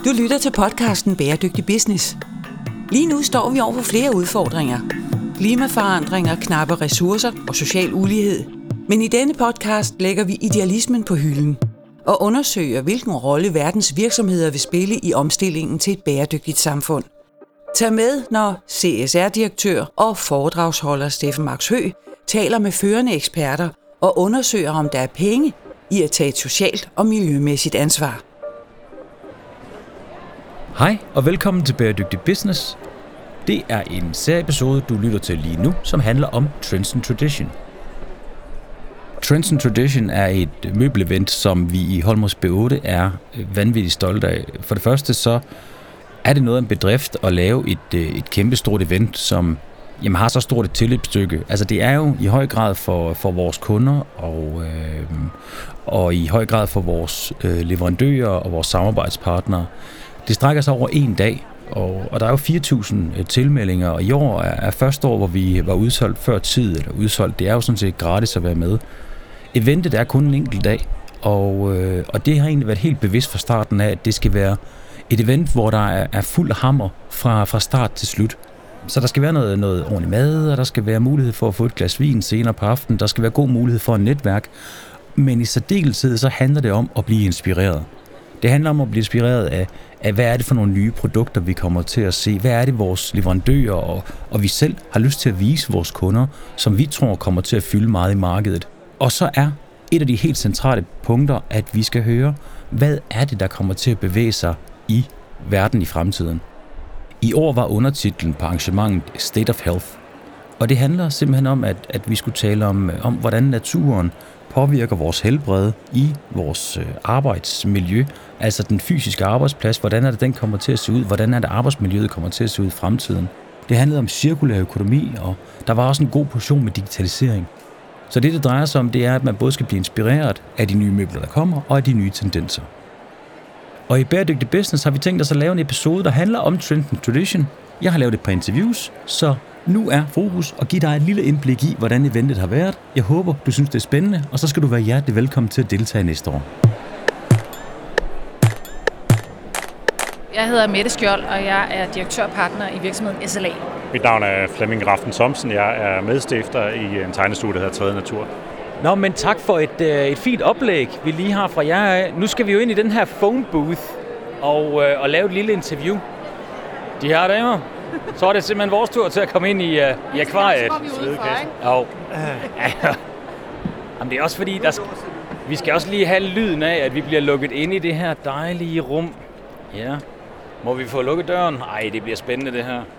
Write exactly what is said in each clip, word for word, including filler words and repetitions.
Du lytter til podcasten Bæredygtig Business. Lige nu står vi over for flere udfordringer. Klimaforandringer, knappe ressourcer og social ulighed. Men i denne podcast lægger vi idealismen på hylden og undersøger, hvilken rolle verdens virksomheder vil spille i omstillingen til et bæredygtigt samfund. Tag med, når C S R-direktør og foredragsholder Steffen Max Høgh taler med førende eksperter og undersøger, om der er penge i at tage et socialt og miljømæssigt ansvar. Hej og velkommen til Bæredygtig Business. Det er en serieepisode, du lytter til lige nu, som handler om Trends and Tradition. Trends and Tradition er et møbelevent, som vi i Holmos B otte er vanvittigt stolte af. For det første så er det noget af en bedrift at lave et, et kæmpestort event, som jamen, har så stort et tilløbsstykke. Altså det er jo i høj grad for, for vores kunder og, øh, og i høj grad for vores øh, leverandører og vores samarbejdspartnere. Det strækker sig over en dag, og, og der er jo fire tusind tilmeldinger, og i år er, er første år, hvor vi var udsolgt før tid, eller udsolgt. Det er jo sådan set gratis at være med. Eventet er kun en enkelt dag, og, øh, og det har egentlig været helt bevidst fra starten af, at det skal være et event, hvor der er, er fuld hammer fra, fra start til slut. Så der skal være noget, noget ordentligt mad, og der skal være mulighed for at få et glas vin senere på aftenen. Der skal være god mulighed for et netværk. Men i særdeleshed så handler det om at blive inspireret. Det handler om at blive inspireret af, af, hvad er det for nogle nye produkter, vi kommer til at se. Hvad er det, vores leverandører og, og vi selv har lyst til at vise vores kunder, som vi tror kommer til at fylde meget i markedet. Og så er et af de helt centrale punkter, at vi skal høre, hvad er det, der kommer til at bevæge sig i verden i fremtiden. I år var undertitlen på arrangementet State of Health. Og det handler simpelthen om, at, at vi skulle tale om, om, hvordan naturen påvirker vores helbred i vores arbejdsmiljø, altså den fysiske arbejdsplads. Hvordan er det, den kommer til at se ud? Hvordan er det, arbejdsmiljøet kommer til at se ud i fremtiden? Det handlede om cirkulær økonomi, og der var også en god portion med digitalisering. Så det, det drejer sig om, det er, at man både skal blive inspireret af de nye møbler, der kommer, og af de nye tendenser. Og i Bæredygtig Business har vi tænkt os at lave en episode, der handler om Trends and Tradition. Jeg har lavet et par interviews, så nu er fokus at give dig et lille indblik i, hvordan eventet har været. Jeg håber, du synes, det er spændende, og så skal du være hjertelig velkommen til at deltage næste år. Jeg hedder Mette Skjold, og jeg er direktørpartner i virksomheden S L A. Mit navn er Flemming Raften Thomsen. Jeg er medstifter i en tegnestue, der hedder Tredje Natur. Nå, men tak for et, øh, et fint oplæg, vi lige har fra jer. Nu skal vi jo ind i den her phone booth og, øh, og lave et lille interview. De her damer, så er det simpelthen vores tur til at komme ind i, uh, i akvariet. Jo. Jamen, det er også fordi, der skal, vi skal også lige have lyden af, at vi bliver lukket ind i det her dejlige rum. Ja. Må vi få lukket døren? Ej, det bliver spændende det her.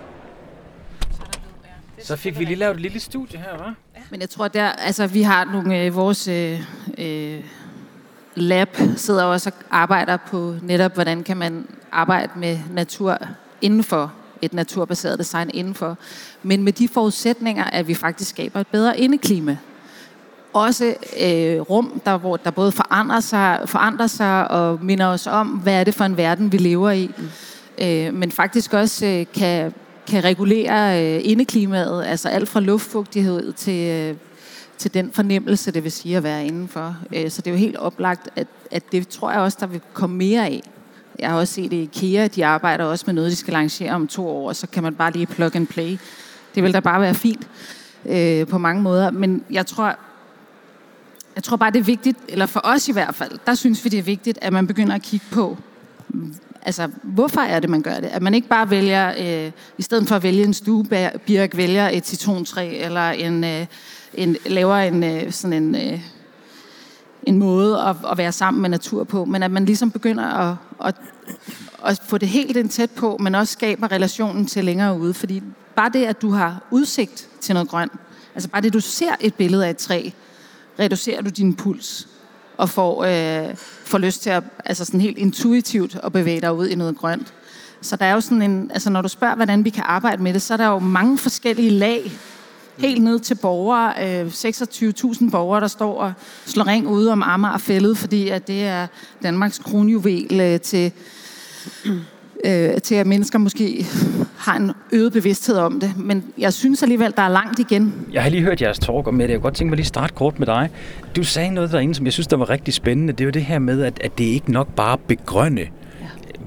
Så fik vi lige lavet et lille studie her, hva'? Men jeg tror, der, altså, vi har nogle øh, vores øh, øh, lab sidder også og arbejder på netop, hvordan kan man arbejde med natur indenfor, et naturbaseret design indenfor. Men med de forudsætninger, at vi faktisk skaber et bedre indeklima. Også øh, rum, der, hvor der både forandrer sig, forandrer sig og minder os om, hvad er det for en verden, vi lever i. Mm. Øh, men faktisk også øh, kan... kan regulere øh, indeklimaet, altså alt fra luftfugtighed til, øh, til den fornemmelse, det vil sige at være indenfor. Øh, så det er jo helt oplagt, at, at det tror jeg også, der vil komme mere af. Jeg har også set det i IKEA, de arbejder også med noget, de skal lancere om to år, så kan man bare lige plug and play. Det vil da bare være fint øh, på mange måder, men jeg tror, jeg tror bare, det er vigtigt, eller for os i hvert fald, der synes vi, det er vigtigt, at man begynder at kigge på, altså, hvorfor er det, man gør det? At man ikke bare vælger, øh, i stedet for at vælge en stuebirk, vælger et citrontræ, eller en, øh, en, laver en, øh, sådan en, øh, en måde at, at være sammen med natur på, men at man ligesom begynder at, at, at få det helt ind tæt på, men også skaber relationen til længere ude. Fordi bare det, at du har udsigt til noget grønt, altså bare det, du ser et billede af et træ, reducerer du din puls og får, øh, får lyst til at, altså sådan helt intuitivt at bevæge dig ud i noget grønt. Så der er jo sådan en, altså når du spørger, hvordan vi kan arbejde med det, så er der jo mange forskellige lag, helt ned til borgere, øh, seksogtyve tusind borgere, der står og slår ring ude om Amagerfælled, fordi at det er Danmarks kronjuvel øh, til, øh, til at mennesker måske har en øget bevidsthed om det. Men jeg synes alligevel, der er langt igen. Jeg har lige hørt jeres talk om det. Jeg kunne godt tænke mig lige starte kort med dig. Du sagde noget derinde, som jeg synes, der var rigtig spændende. Det er jo det her med, at, at det ikke nok bare begrønne.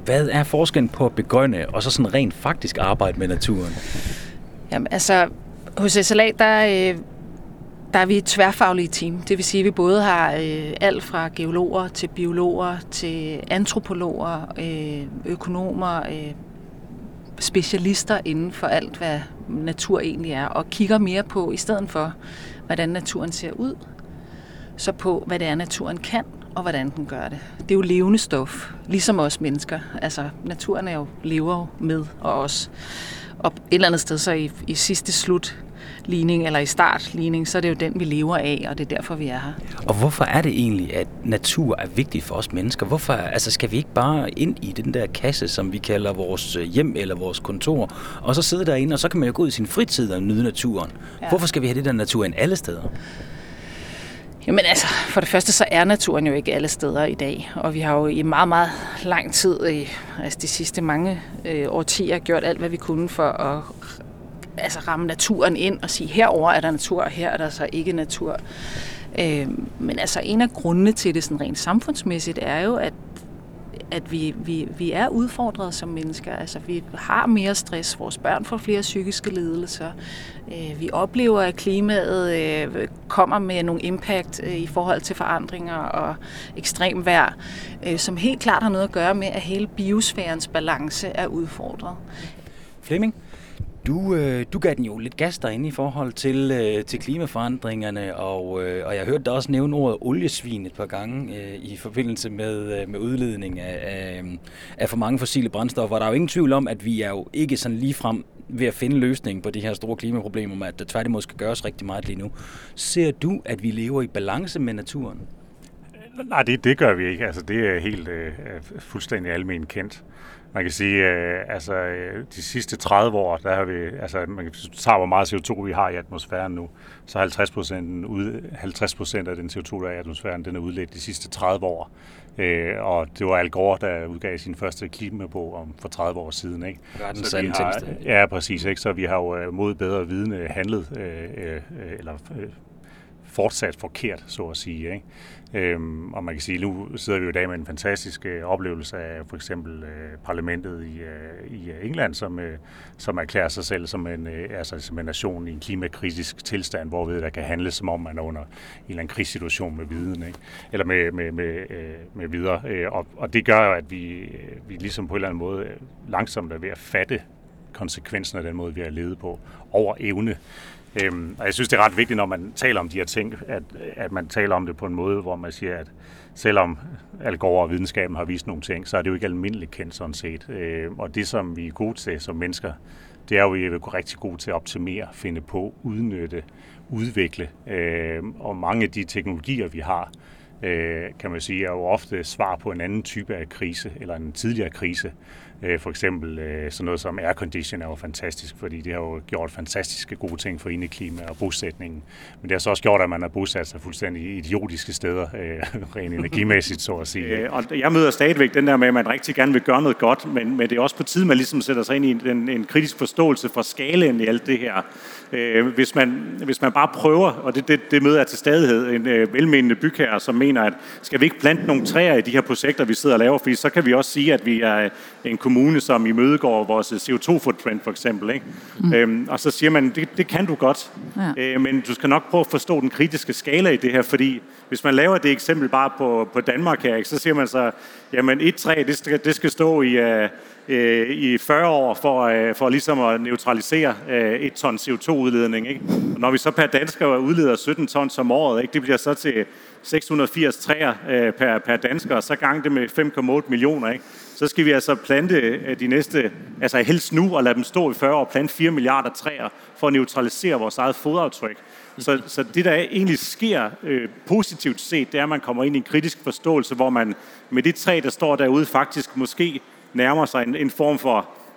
Hvad er forskellen på at begrønne og så sådan rent faktisk arbejde med naturen? Jamen altså, hos S L A, der, øh, der er vi et tværfagligt team. Det vil sige, at vi både har øh, alt fra geologer til biologer til antropologer, øh, økonomer, øh, specialister inden for alt, hvad natur egentlig er, og kigger mere på, i stedet for, hvordan naturen ser ud, så på, hvad det er, naturen kan, og hvordan den gør det. Det er jo levende stof, ligesom os mennesker. Altså, naturen er jo, lever jo med og os. Og et eller andet sted, så i, i sidste slutligning, eller i startligning, så er det jo den, vi lever af, og det er derfor, vi er her. Og hvorfor er det egentlig, at natur er vigtig for os mennesker? Hvorfor altså, skal vi ikke bare ind i den der kasse, som vi kalder vores hjem eller vores kontor, og så sidde derinde, og så kan man jo gå ud i sin fritid og nyde naturen? Ja. Hvorfor skal vi have det der natur ind alle steder? Jamen altså, for det første så er naturen jo ikke alle steder i dag, og vi har jo i meget, meget lang tid, i, altså de sidste mange øh, årtier, gjort alt, hvad vi kunne for at altså, ramme naturen ind og sige, herover er der natur, og her er der så ikke natur. Øh, men altså en af grundene til det sådan rent samfundsmæssigt er jo, at at vi, vi, vi er udfordret som mennesker. Altså, vi har mere stress, vores børn får flere psykiske lidelser. Øh, vi oplever, at klimaet øh, kommer med nogle impact øh, i forhold til forandringer og ekstrem vejr, øh, som helt klart har noget at gøre med, at hele biosfærens balance er udfordret. Flemming, du, øh, du gav den jo lidt gas derinde i forhold til, øh, til klimaforandringerne, og, øh, og jeg hørte dig også nævne ordet oliesvin et par gange øh, i forbindelse med, øh, med udledning af, af, af for mange fossile brændstoffer. Der er jo ingen tvivl om, at vi er jo ikke sådan ligefrem ved at finde løsningen på de her store klimaproblemer, men at der tværtimod skal gøres rigtig meget lige nu. Ser du, at vi lever i balance med naturen? Nej, det, det gør vi ikke. Altså, det er helt øh, fuldstændig almen kendt. Man kan sige, øh, altså de sidste tredive år, der har vi, altså man kan tage, hvor meget C O to vi har i atmosfæren nu, så halvtreds procent, ud, halvtreds procent af den C O to, der er i atmosfæren, den er udledt de sidste tredive år. Øh, og det var Al Gore, der udgav sin første klimabog om for tredive år siden, ikke? Verdens sande tilstand. Ja, præcis, ikke? Så vi har jo mod bedre vidne handlet, øh, øh, eller øh, fortsat forkert, så at sige, ikke? Øhm, og man kan sige, nu sidder vi jo i dag med en fantastisk øh, oplevelse af for eksempel øh, parlamentet i, øh, i England, som, øh, som erklærer sig selv som en, øh, altså, som en nation i en klimakritisk tilstand, hvorved der kan handles, som om man er under en eller anden krigssituation med viden, ikke? Eller med, med, med, øh, med videre. Øh, og, og det gør jo, at vi, øh, vi ligesom på en eller anden måde langsomt er ved at fatte konsekvensen af den måde, vi har levet på over evne. Øhm, og jeg synes, det er ret vigtigt, når man taler om de her ting, at, at man taler om det på en måde, hvor man siger, at selvom Al Gore og videnskaben har vist nogle ting, så er det jo ikke almindeligt kendt sådan set. Øhm, og det, som vi er gode til som mennesker, det er jo, at vi er rigtig gode til at optimere, finde på, udnytte, udvikle. Øhm, og mange af de teknologier, vi har, øh, kan man sige, er jo ofte svar på en anden type af krise, eller en tidligere krise. For eksempel sådan noget som aircondition er jo fantastisk, fordi det har jo gjort fantastiske gode ting for indeklima og bosætningen. Men det har så også gjort, at man har bosat sig fuldstændig idiotiske steder, rent energimæssigt, så at sige. Og jeg møder stadigvæk den der med, at man rigtig gerne vil gøre noget godt, men, men det er også på tide, man ligesom sætter sig ind i en, en kritisk forståelse for skalaen i alt det her. Hvis man, hvis man bare prøver, og det, det, det møder jeg til stadighed, en velmenende bygherre, som mener, at skal vi ikke plante nogle træer i de her projekter, vi sidder og laver, fordi så kan vi også sige, at vi er en kommune, som imødegår vores C O to footprint for eksempel, ikke? Mm. Øhm, og så siger man, det, det kan du godt, ja. øh, men du skal nok prøve at forstå den kritiske skala i det her, fordi hvis man laver det eksempel bare på, på Danmark her, ikke, så siger man så, jamen et træ, det skal, det skal stå i, uh, øh, i fyrre år for, uh, for ligesom at neutralisere uh, et ton C O to udledning, ikke? Og når vi så per dansker udleder sytten tons om året, ikke, det bliver så til seks hundrede og firs træer uh, per, per dansker, og så gang det med fem komma otte millioner, ikke? Så skal vi altså plante de næste, altså helst nu, og lade dem stå i fyrre år, og plante fire milliarder træer, for at neutralisere vores eget fodaftryk. Så, så det, der egentlig sker øh, positivt set, det er, at man kommer ind i en kritisk forståelse, hvor man med det træ, der står derude, faktisk måske nærmer sig en, en form for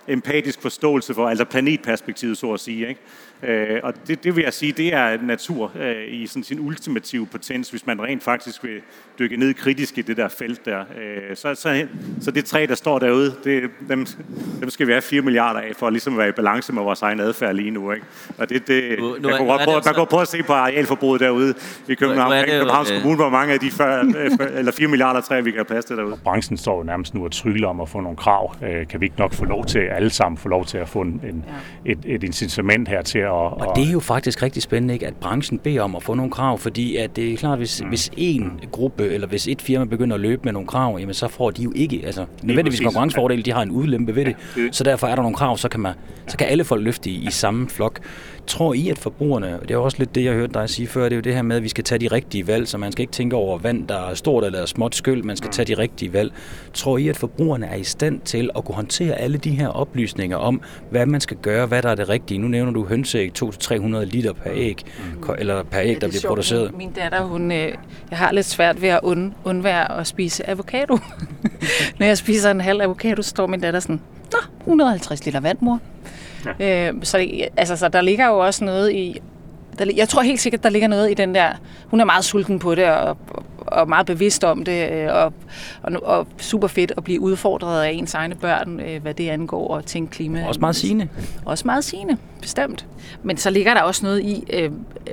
empatisk forståelse for, altså planetperspektivet, så at sige, ikke? Øh, og det, det vil jeg sige, det er natur øh, i sådan sin ultimative potens, hvis man rent faktisk vil dykke ned kritisk i det der felt der. Øh, så, så, så det træ, der står derude, det, dem, dem skal vi have fire milliarder af, for ligesom at være i balance med vores egen adfærd lige nu, ikke? Og det, det, nu, nu, jeg kunne godt prøve, man kan prøve at se på arealforbruget derude i København, nu, nu Københavns Kommune, hvor mange af de fyrre, eller fire milliarder træer, vi kan have plads til derude. Branchen står jo nærmest nu og tryller om at få nogle krav. Øh, kan vi ikke nok få lov til, alle sammen få lov til at få en, en, ja. et, et incitament her til at... Og, og det er jo faktisk rigtig spændende, ikke, at branchen beder om at få nogle krav, fordi at det er klart, hvis, mm. hvis en gruppe, eller hvis et firma begynder at løbe med nogle krav, jamen så får de jo ikke, altså nødvendigvis konkurrencefordel, de har en udlempe ved det, ja, det, så derfor er der nogle krav, så kan, man, så kan alle folk løfte i, i samme flok. Tror I, at forbrugerne, og det er også lidt det, jeg hørte dig sige før, det er jo det her med, at vi skal tage de rigtige valg, så man skal ikke tænke over vand, der er stort eller småt skyld, man skal tage de rigtige valg. Tror I, at forbrugerne er i stand til at kunne håndtere alle de her oplysninger om, hvad man skal gøre, hvad der er det rigtige? Nu nævner du hønseæg, to til tre hundrede liter per æg, mm. eller per æg, ja, der bliver sjovt. Produceret. Min datter, hun, jeg har lidt svært ved at und, undvære at spise avocado. Når jeg spiser en halv avocado, så står min datter sådan, nå, et hundrede og halvtreds liter vand, mor. Ja. Øh, så, altså, så der ligger jo også noget i, der, jeg tror helt sikkert, der ligger noget i den der, hun er meget sulten på det, og, og, og meget bevidst om det, og, og, og super fedt at blive udfordret af ens egne børn, øh, hvad det angår, og tænke klima. Også meget sigende. Også meget sigende, bestemt. Men så ligger der også noget i, øh,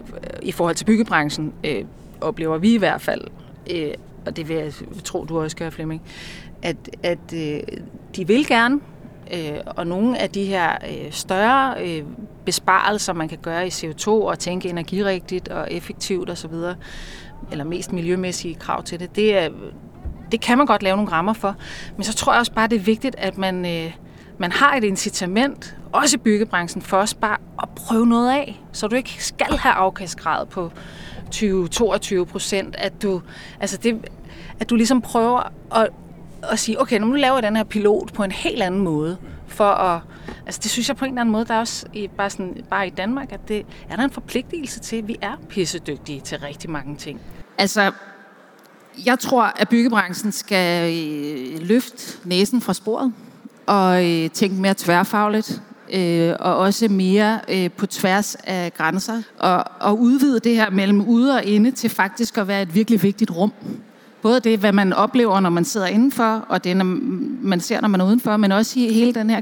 i forhold til byggebranchen, øh, oplever vi i hvert fald, øh, og det vil jeg tro, du også gør, Flemming, at, at øh, de vil gerne, Øh, og nogle af de her øh, større øh, besparelser, man kan gøre i C O to og tænke energirigtigt og effektivt osv., eller mest miljømæssige krav til det, det, er, det kan man godt lave nogle rammer for. Men så tror jeg også bare, det er vigtigt, at man, øh, man har et incitament, også i byggebranchen, for os bare at prøve noget af, så du ikke skal have afkastgrad på tyve til toogtyve procent, at du, altså det, at du ligesom prøver at og sige, okay, nu laver jeg den her pilot på en helt anden måde, for at, altså det synes jeg på en eller anden måde, der er også i, bare, sådan, bare i Danmark, at det er der en forpligtelse til, at vi er pissedygtige til rigtig mange ting. Altså, jeg tror, at byggebranchen skal øh, løfte næsen fra sporet, og øh, tænke mere tværfagligt, øh, og også mere øh, på tværs af grænser, og, og udvide det her mellem ude og inde til faktisk at være et virkelig vigtigt rum. Både det, hvad man oplever, når man sidder indenfor, og det, man ser, når man er udenfor, men også i hele den her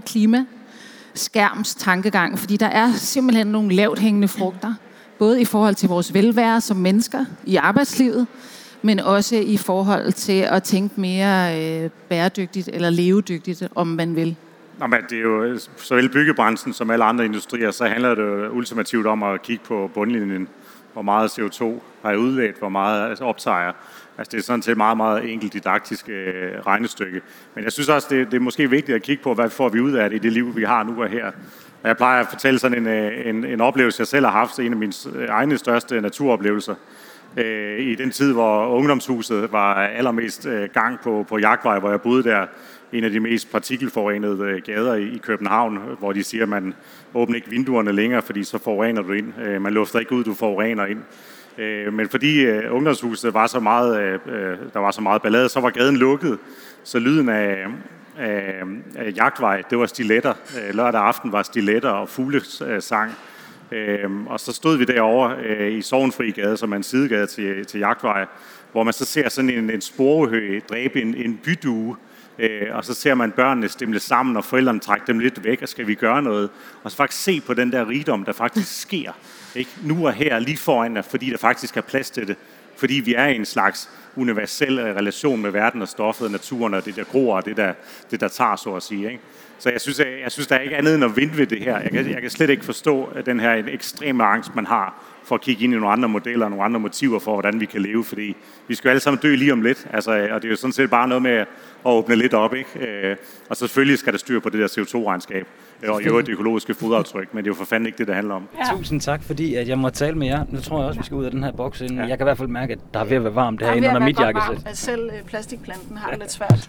klimaskærms tankegang, fordi der er simpelthen nogle lavt hængende frugter, både i forhold til vores velvære som mennesker i arbejdslivet, men også i forhold til at tænke mere øh, bæredygtigt eller levedygtigt, om man vil. Nå, men det er jo såvel byggebranchen som alle andre industrier, så handler det ultimativt om at kigge på bundlinjen, hvor meget C O to har jeg udledt, hvor meget altså optager. Altså det er sådan set et meget, meget enkelt didaktisk øh, regnestykke. Men jeg synes også, det, det er måske vigtigt at kigge på, hvad får vi ud af det i det liv, vi har nu og her. Og jeg plejer at fortælle sådan en, en, en oplevelse, jeg selv har haft, en af mine egne største naturoplevelser. Øh, I den tid, hvor ungdomshuset var allermest øh, gang på, på Jagtvej, hvor jeg boede der, en af de mest partikelforurenede øh, gader i, i København, hvor de siger, at man åbner ikke vinduerne længere, fordi så forurener du ind. Øh, man lufter ikke ud, du forurener ind. Men fordi uh, ungdomshuset var så meget, uh, der var så meget ballade, så var gaden lukket, så lyden af, af, af Jagtvej, det var stiletter. Uh, lørdag aften var stiletter og fuglesang. Uh, og så stod vi derovre uh, i Sorgenfri Gade, som er en sidegade til, til Jagtvej, hvor man så ser sådan en, en sporehøg dræbe en, en bydue, uh, og så ser man børnene stimle sammen, og forældrene trække dem lidt væk, og skal vi gøre noget? Og så faktisk se på den der rigdom, der faktisk sker. Ikke? Nu og her, lige foran, fordi der faktisk er plads til det. Fordi vi er i en slags universel relation med verden og stoffet og naturen, og det der gror og det der, det der tager, så at sige. Ikke? Så jeg synes, jeg, jeg synes, der er ikke andet end at vinde ved det her. Jeg kan, jeg kan slet ikke forstå den her ekstreme angst, man har for at kigge ind i nogle andre modeller og nogle andre motiver for, hvordan vi kan leve. Fordi vi skal jo alle sammen dø lige om lidt. Altså, og det er jo sådan set bare noget med at åbne lidt op. Ikke? Og selvfølgelig skal der styr på det der C O to regnskab og i øvrigt det økologiske fodaftryk, men det er jo for fanden ikke det, det handler om. Ja. Tusind tak, fordi at jeg må tale med jer. Nu tror jeg også, vi skal ud af den her boks. Ja. Jeg kan i hvert fald mærke, at der er ved at være varmt det her inde under mit jakkesæt. Selv plastikplanten har det lidt svært.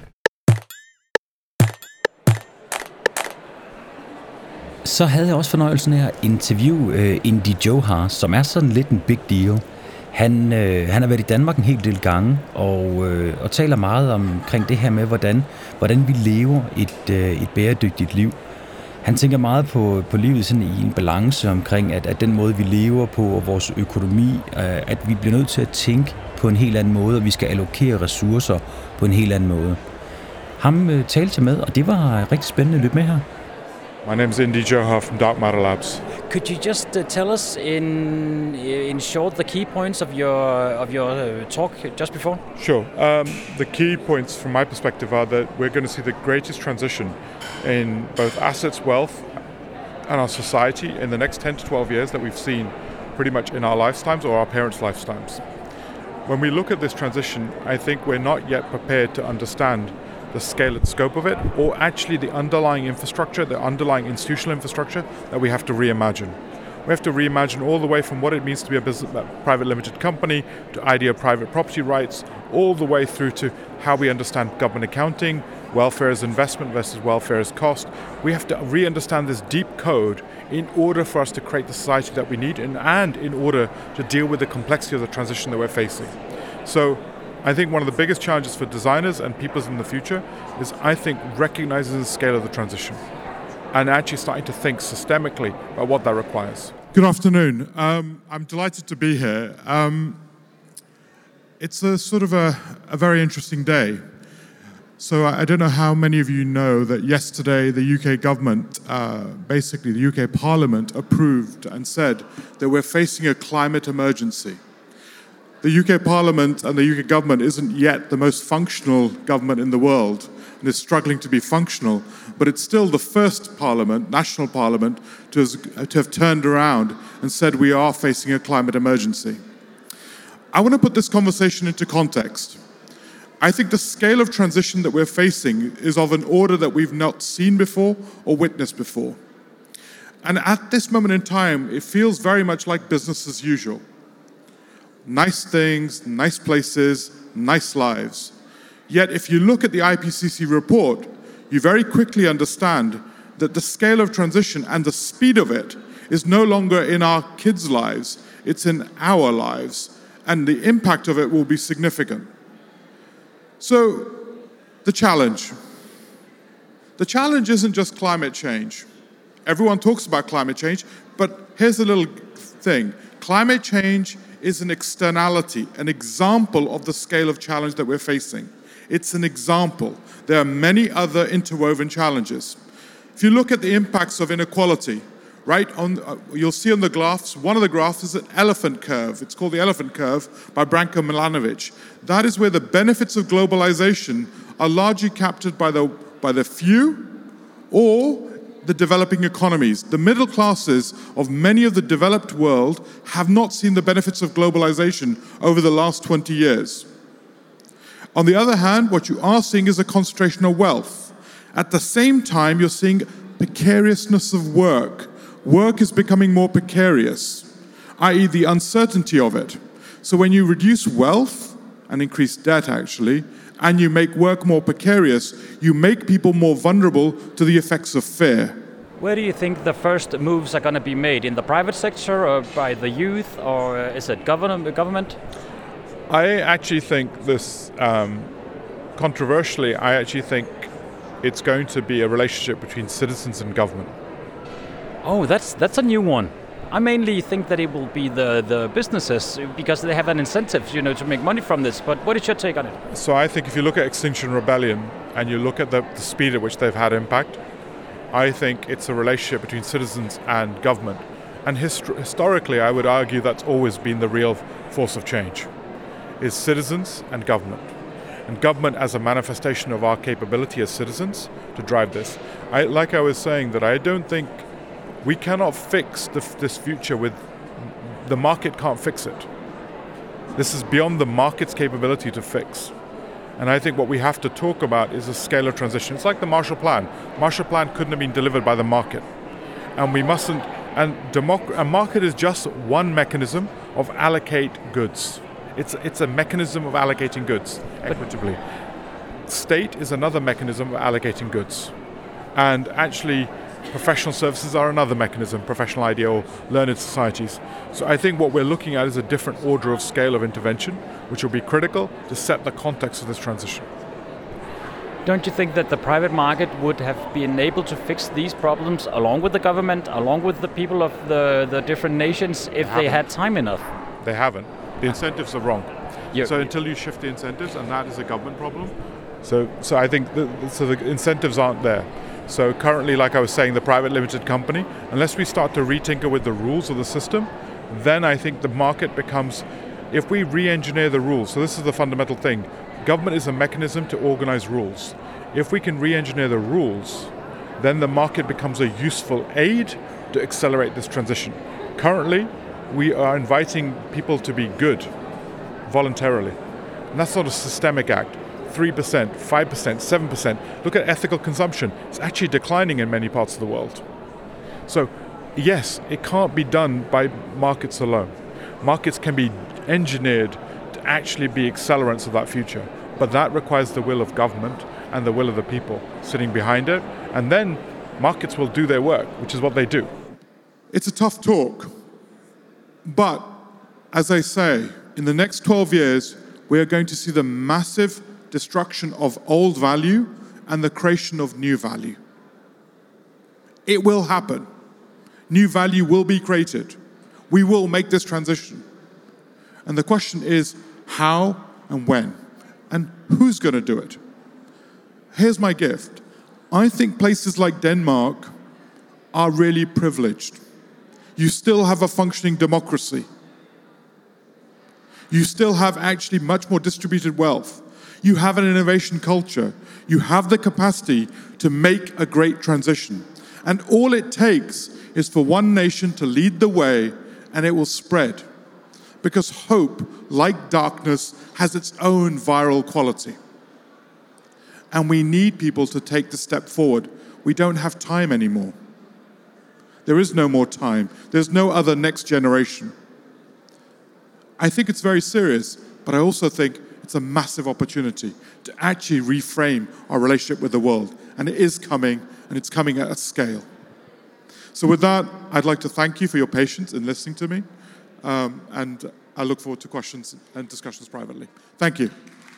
Så havde jeg også fornøjelsen af at interviewe uh, Indy Johar, som er sådan lidt en big deal. Han, øh, han har været i Danmark en hel del gange og, øh, og taler meget omkring det her med, hvordan, hvordan vi lever et, øh, et bæredygtigt liv. Han tænker meget på, på livet sådan i en balance omkring, at, at den måde, vi lever på, og vores økonomi, at vi bliver nødt til at tænke på en helt anden måde, og vi skal allokere ressourcer på en helt anden måde. Ham øh, talte jeg med, og det var rigtig spændende at lytte med her. My name is Indy Johar from Dark Matter Labs. Could you just uh, tell us in in short the key points of your of your uh, talk just before? Sure. Um, the key points from my perspective are that we're going to see the greatest transition in both assets, wealth, and our society in the next ten to twelve years that we've seen pretty much in our lifetimes or our parents' lifetimes. When we look at this transition, I think we're not yet prepared to understand the scale and scope of it, or actually the underlying infrastructure, the underlying institutional infrastructure that we have to reimagine. We have to reimagine all the way from what it means to be a business, a private limited company, to idea of private property rights, all the way through to how we understand government accounting, welfare as investment versus welfare as cost. We have to re-understand this deep code in order for us to create the society that we need, and, and in order to deal with the complexity of the transition that we're facing. So I think one of the biggest challenges for designers and people in the future is, I think, recognizing the scale of the transition and actually starting to think systemically about what that requires. Good afternoon. Um, I'm delighted to be here. Um, it's a sort of a, a very interesting day. So I, I don't know how many of you know that yesterday the U K government, uh, basically the U K Parliament, approved and said that we're facing a climate emergency. The U K Parliament and the U K government isn't yet the most functional government in the world, and is struggling to be functional, but it's still the first parliament, national parliament, to, has, to have turned around and said we are facing a climate emergency. I want to put this conversation into context. I think the scale of transition that we're facing is of an order that we've not seen before or witnessed before. And at this moment in time, it feels very much like business as usual. Nice things, nice places, nice lives. Yet if you look at the I P C C report, you very quickly understand that the scale of transition and the speed of it is no longer in our kids' lives, it's in our lives, and the impact of it will be significant. So, the challenge. The challenge isn't just climate change. Everyone talks about climate change, but here's a little thing. Climate change is an externality, an example of the scale of challenge that we're facing. It's an example. There are many other interwoven challenges. If you look at the impacts of inequality, right, on, uh, you'll see on the graphs, one of the graphs is an elephant curve. It's called the elephant curve by Branko Milanovic. That is where the benefits of globalization are largely captured by the, by the few or the developing economies. The middle classes of many of the developed world have not seen the benefits of globalization over the last twenty years. On the other hand, what you are seeing is a concentration of wealth. At the same time, you're seeing precariousness of work. Work is becoming more precarious, that is the uncertainty of it. So when you reduce wealth and increase debt, actually, and you make work more precarious, you make people more vulnerable to the effects of fear. Where do you think the first moves are going to be made? In the private sector, or by the youth, or is it government? government? I actually think this, um, controversially, I actually think it's going to be a relationship between citizens and government. Oh, that's that's a new one. I mainly think that it will be the, the businesses, because they have an incentive, you know, to make money from this. But what is your take on it? So I think if you look at Extinction Rebellion and you look at the, the speed at which they've had impact, I think it's a relationship between citizens and government. And hist- historically, I would argue that's always been the real force of change, is citizens and government. And government as a manifestation of our capability as citizens to drive this. I, like I was saying, that I don't think we cannot fix the, this future with, the market can't fix it. This is beyond the market's capability to fix. And I think what we have to talk about is a scale of transition. It's like the Marshall Plan. Marshall Plan couldn't have been delivered by the market. And we mustn't, and democ- a market is just one mechanism of allocate goods. It's, it's a mechanism of allocating goods equitably. State is another mechanism of allocating goods. And actually, professional services are another mechanism, professional idea or learned societies. So I think what we're looking at is a different order of scale of intervention, which will be critical to set the context of this transition. don't you think that the private market would have been able to fix these problems along with the government, along with the people of the, the different nations, if they, they had time enough? They haven't. The incentives are wrong. You're, so until you shift the incentives, and that is a government problem. So, so I think the, so the incentives aren't there. So currently, like I was saying, the private limited company, unless we start to retinker with the rules of the system, then I think the market becomes, if we re-engineer the rules, so this is the fundamental thing, government is a mechanism to organize rules. If we can re-engineer the rules, then the market becomes a useful aid to accelerate this transition. Currently, we are inviting people to be good voluntarily. And that's not a systemic act. three percent, five percent, seven percent. Look at ethical consumption. It's actually declining in many parts of the world. So, yes, it can't be done by markets alone. Markets can be engineered to actually be accelerants of that future. But that requires the will of government and the will of the people sitting behind it. And then markets will do their work, which is what they do. It's a tough talk. But, as I say, in the next twelve years, we are going to see the massive destruction of old value and the creation of new value. It will happen. New value will be created. We will make this transition. And the question is, how and when? And who's going to do it? Here's my gift. I think places like Denmark are really privileged. You still have a functioning democracy. You still have actually much more distributed wealth. You have an innovation culture. You have the capacity to make a great transition. And all it takes is for one nation to lead the way, and it will spread. Because hope, like darkness, has its own viral quality. And we need people to take the step forward. We don't have time anymore. There is no more time. There's no other next generation. I think it's very serious, but I also think it's a massive opportunity to actually reframe our relationship with the world. And it is coming, and it's coming at a scale. So with that, I'd like to thank you for your patience in listening to me. Um, and I look forward to questions and discussions privately. Thank you.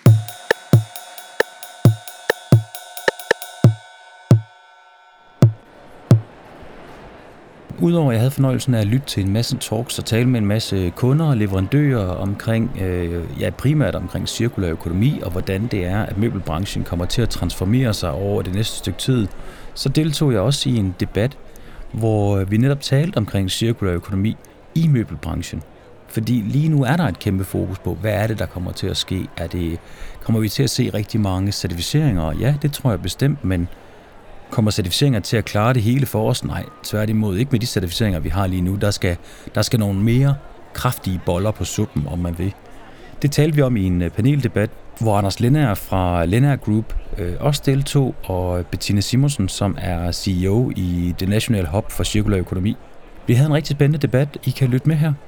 Udover at jeg havde fornøjelsen af at lytte til en masse talks og tale med en masse kunder og leverandører omkring, øh, ja primært omkring cirkulær økonomi og hvordan det er, at møbelbranchen kommer til at transformere sig over det næste stykke tid, så deltog jeg også i en debat, hvor vi netop talte omkring cirkulær økonomi i møbelbranchen. Fordi lige nu er der et kæmpe fokus på, hvad er det, der kommer til at ske? Er det, kommer vi til at se rigtig mange certificeringer? Ja, det tror jeg bestemt, men kommer certificeringer til at klare det hele for os? Nej, tværtimod ikke med de certificeringer, vi har lige nu. Der skal, der skal nogle mere kraftige boller på suppen, om man vil. Det talte vi om i en paneldebat, hvor Anders Lindager fra Lindager Group øh, også deltog, og Bettina Simonsen, som er C E O i det National Hub for Cirkulær Økonomi. Vi havde en rigtig spændende debat. I kan lytte med her.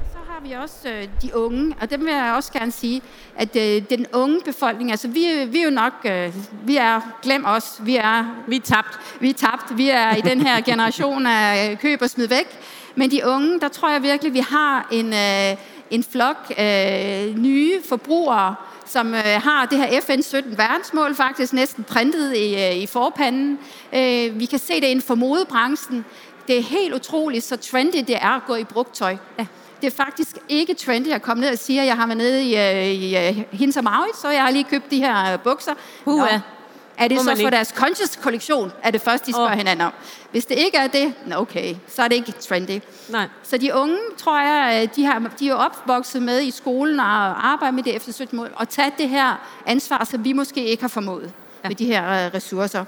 Vi også øh, de unge, og dem vil jeg også gerne sige, at øh, den unge befolkning, altså vi, vi er jo nok, øh, vi er, glem os, vi er, vi er tabt, vi er tabt, vi er i den her generation af køb og smid væk, men de unge, der tror jeg virkelig, vi har en, øh, en flok øh, nye forbrugere, som øh, har det her F N sytten verdensmål faktisk næsten printet i, øh, i forpanden. Øh, vi kan se det inden for modebranchen. Det er helt utroligt, så trendy det er at gå i brugtøj. Ja. Det er faktisk ikke trendy at komme ned og sige, at jeg har været nede i, i, i Hinds og Maurits, så jeg har lige købt de her bukser. Uh, ja. Er det så for deres conscious-kollektion, er det først, de spørger oh. hinanden om. Hvis det ikke er det, okay, så er det ikke trendy. Nej. Så de unge, tror jeg, de, har, de er opvokset med i skolen og arbejder med det F N sytten-mål, og tage det her ansvar, som vi måske ikke har formået ja. med de her ressourcer.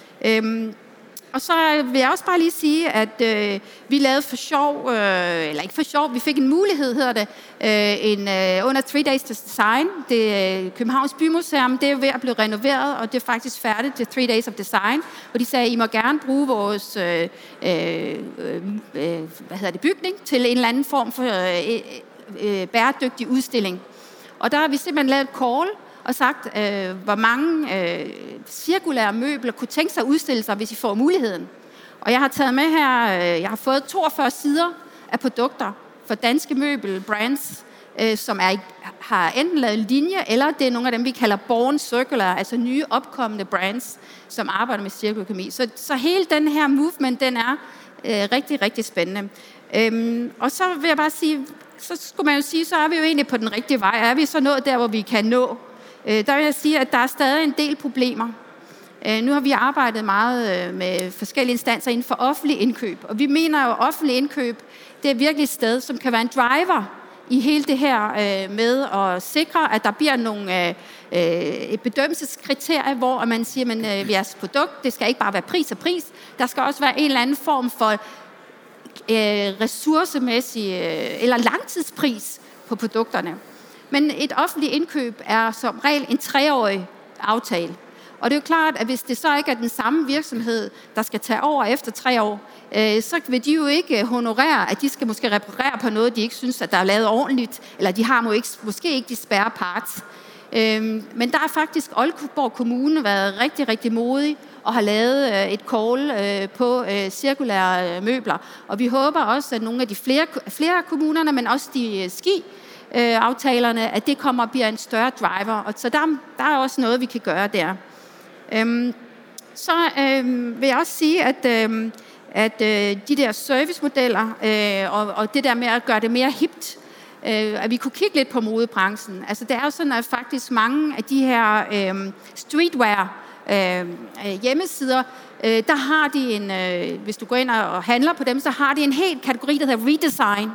Øhm, Og så vil jeg også bare lige sige, at øh, vi lavede for sjov, øh, eller ikke for sjov, vi fik en mulighed, hedder det, øh, en, øh, under Three Days to Design. Det øh, Københavns Bymuseum, det er ved at blive renoveret, og det er faktisk færdigt til Three Days of Design. Og de sagde, I må gerne bruge vores øh, øh, øh, hvad hedder det, bygning til en eller anden form for øh, øh, bæredygtig udstilling. Og der har vi simpelthen lavet et call, og sagt, øh, hvor mange øh, cirkulære møbler kunne tænke sig at udstille sig, hvis I får muligheden. Og jeg har taget med her, øh, jeg har fået toogfyrre sider af produkter for danske møbelbrands, øh, som er, har enten lavet linje, eller det er nogle af dem, vi kalder born circular, altså nye opkommende brands, som arbejder med cirkulærøkonomi. Så, så hele den her movement, den er øh, rigtig, rigtig spændende. Øhm, og så vil jeg bare sige, så skulle man jo sige, så er vi jo egentlig på den rigtige vej. Er vi så nået der, hvor vi kan nå? Øh, der vil jeg sige, at der er stadig en del problemer. Øh, nu har vi arbejdet meget øh, med forskellige instanser inden for offentlig indkøb, og vi mener jo, at offentlig indkøb, det er virkelig et sted, som kan være en driver i hele det her øh, med at sikre, at der bliver nogle øh, øh, bedømmelseskriterier, hvor man siger, at øh, jeres produkt, det skal ikke bare være pris og pris, der skal også være en eller anden form for øh, ressourcemæssig øh, eller langtidspris på produkterne. Men et offentligt indkøb er som regel en treårig aftale. Og det er jo klart, at hvis det så ikke er den samme virksomhed, der skal tage over efter tre år, øh, så vil de jo ikke honorere, at de skal måske reparere på noget, de ikke synes, at der er lavet ordentligt, eller de har måske ikke de spare parts. Øh, men der har faktisk Aalborg Kommune været rigtig, rigtig modig og har lavet øh, et call øh, på øh, cirkulære øh, møbler. Og vi håber også, at nogle af de flere, flere kommunerne, men også de øh, ski, øh, aftalerne, at det kommer og bliver en større driver. Og så der, der er også noget, vi kan gøre der. Øhm, så øhm, vil jeg også sige, at, øhm, at øh, de der servicemodeller øh, og, og det der med at gøre det mere hipt, øh, at vi kunne kigge lidt på modebranchen. Altså det er jo sådan, at faktisk mange af de her øh, streetwear øh, hjemmesider, øh, der har de en, øh, hvis du går ind og handler på dem, så har de en helt kategori, der hedder redesign.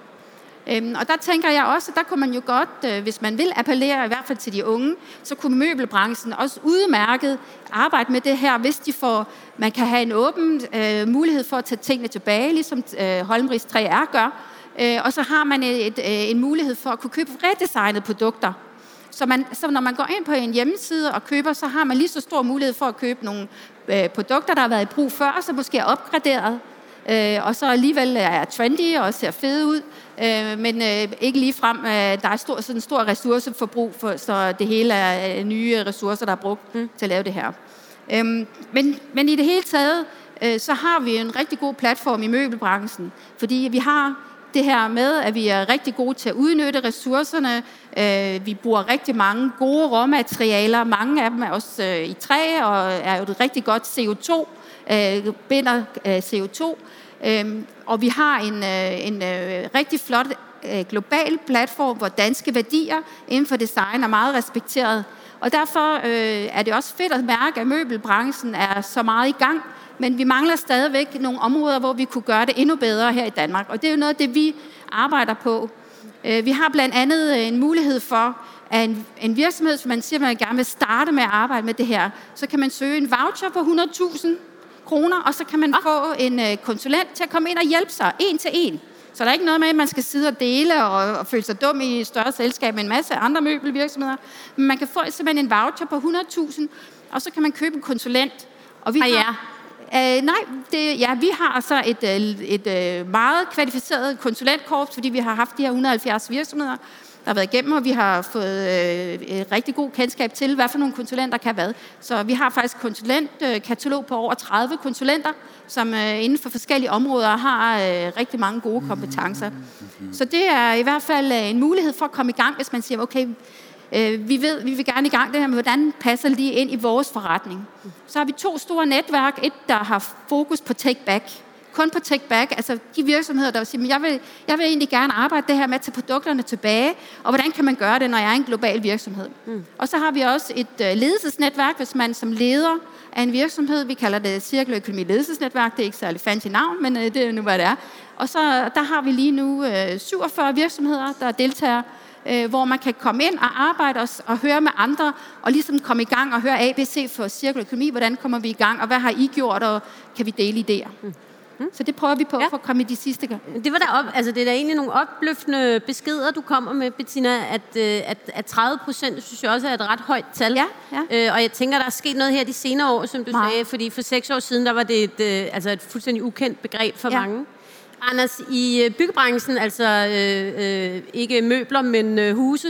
Øhm, og der tænker jeg også, at der kunne man jo godt, øh, hvis man vil appellere i hvert fald til de unge, så kunne møbelbranchen også udmærket arbejde med det her, hvis de får, man kan have en åben øh, mulighed for at tage tingene tilbage, ligesom øh, Holmris tre R gør, øh, og så har man et, et, øh, en mulighed for at kunne købe redesignede produkter. Så, man, så når man går ind på en hjemmeside og køber, så har man lige så stor mulighed for at købe nogle øh, produkter, der har været i brug før, så måske er opgraderet, øh, og så alligevel er trendy og ser fede ud. Øh, men øh, ikke lige frem, øh, der er stor, sådan en stor ressourceforbrug, for, så det hele er øh, nye ressourcer, der er brugt mm. til at lave det her. Øhm, men, men i det hele taget, øh, så har vi en rigtig god platform i møbelbranchen, fordi vi har det her med, at vi er rigtig gode til at udnytte ressourcerne. Øh, vi bruger rigtig mange gode råmaterialer, mange af dem er også øh, i træ, og er jo et rigtig godt C O to, øh, binder øh, C O to. Øhm, og vi har en, øh, en øh, rigtig flot øh, global platform, hvor danske værdier inden for design er meget respekteret. Og derfor øh, er det også fedt at mærke, at møbelbranchen er så meget i gang, men vi mangler stadigvæk nogle områder, hvor vi kunne gøre det endnu bedre her i Danmark. Og det er jo noget af det, vi arbejder på. Øh, vi har blandt andet en mulighed for, at en, en virksomhed, som man siger, man gerne vil starte med at arbejde med det her, så kan man søge en voucher på hundrede tusind kroner, og så kan man få en øh, konsulent til at komme ind og hjælpe sig en til en. Så der er ikke noget med, at man skal sidde og dele og, og føle sig dum i et større selskab med en masse andre møbelvirksomheder. Men man kan få simpelthen en voucher på hundrede tusind, og så kan man købe en konsulent. Og vi ah, har, ja. øh, nej, det, ja, vi har så et, et, et meget kvalificeret konsulentkorps, fordi vi har haft de her et hundrede og halvfjerds virksomheder, der har været igennem, og vi har fået øh, et rigtig god kendskab til, hvad for nogle konsulenter kan hvad. Så vi har faktisk konsulentkatalog på over tredive konsulenter, som øh, inden for forskellige områder har øh, rigtig mange gode kompetencer. Så det er i hvert fald øh, en mulighed for at komme i gang, hvis man siger, okay, øh, vi ved, vi vil gerne i gang det her med, hvordan passer det lige ind i vores forretning. Så har vi to store netværk, et der har fokus på take back, kun på take back, altså de virksomheder, der vil sige, men jeg vil, jeg vil egentlig gerne arbejde det her med at tage produkterne tilbage, og hvordan kan man gøre det, når jeg er en global virksomhed. Mm. Og så har vi også et uh, ledelsesnetværk, hvis man som leder af en virksomhed, vi kalder det Cirkulær Økonomi Ledelsesnetværk, det er ikke særlig fancy navn, men uh, det er nu, hvad det er. Og så der har vi lige nu uh, syvogfyrre virksomheder, der deltager, uh, hvor man kan komme ind og arbejde og, og høre med andre, og ligesom komme i gang og høre A B C for cirkulær økonomi, hvordan kommer vi i gang, og hvad har I gjort, og kan vi dele idéer. Mm. Hmm? Så det prøver vi på ja. for at komme i de sidste gang. Det var da op, altså det er da egentlig nogle opløftende beskeder, du kommer med, Bettina, at, at, at tredive procent, synes jeg også er et ret højt tal. Ja, ja. Øh, og jeg tænker, der er sket noget her de senere år, som du Meget. sagde, fordi for seks år siden, der var det et, altså et fuldstændig ukendt begreb for ja. mange. Anders, i byggebranchen, altså øh, øh, ikke møbler, men øh, huse,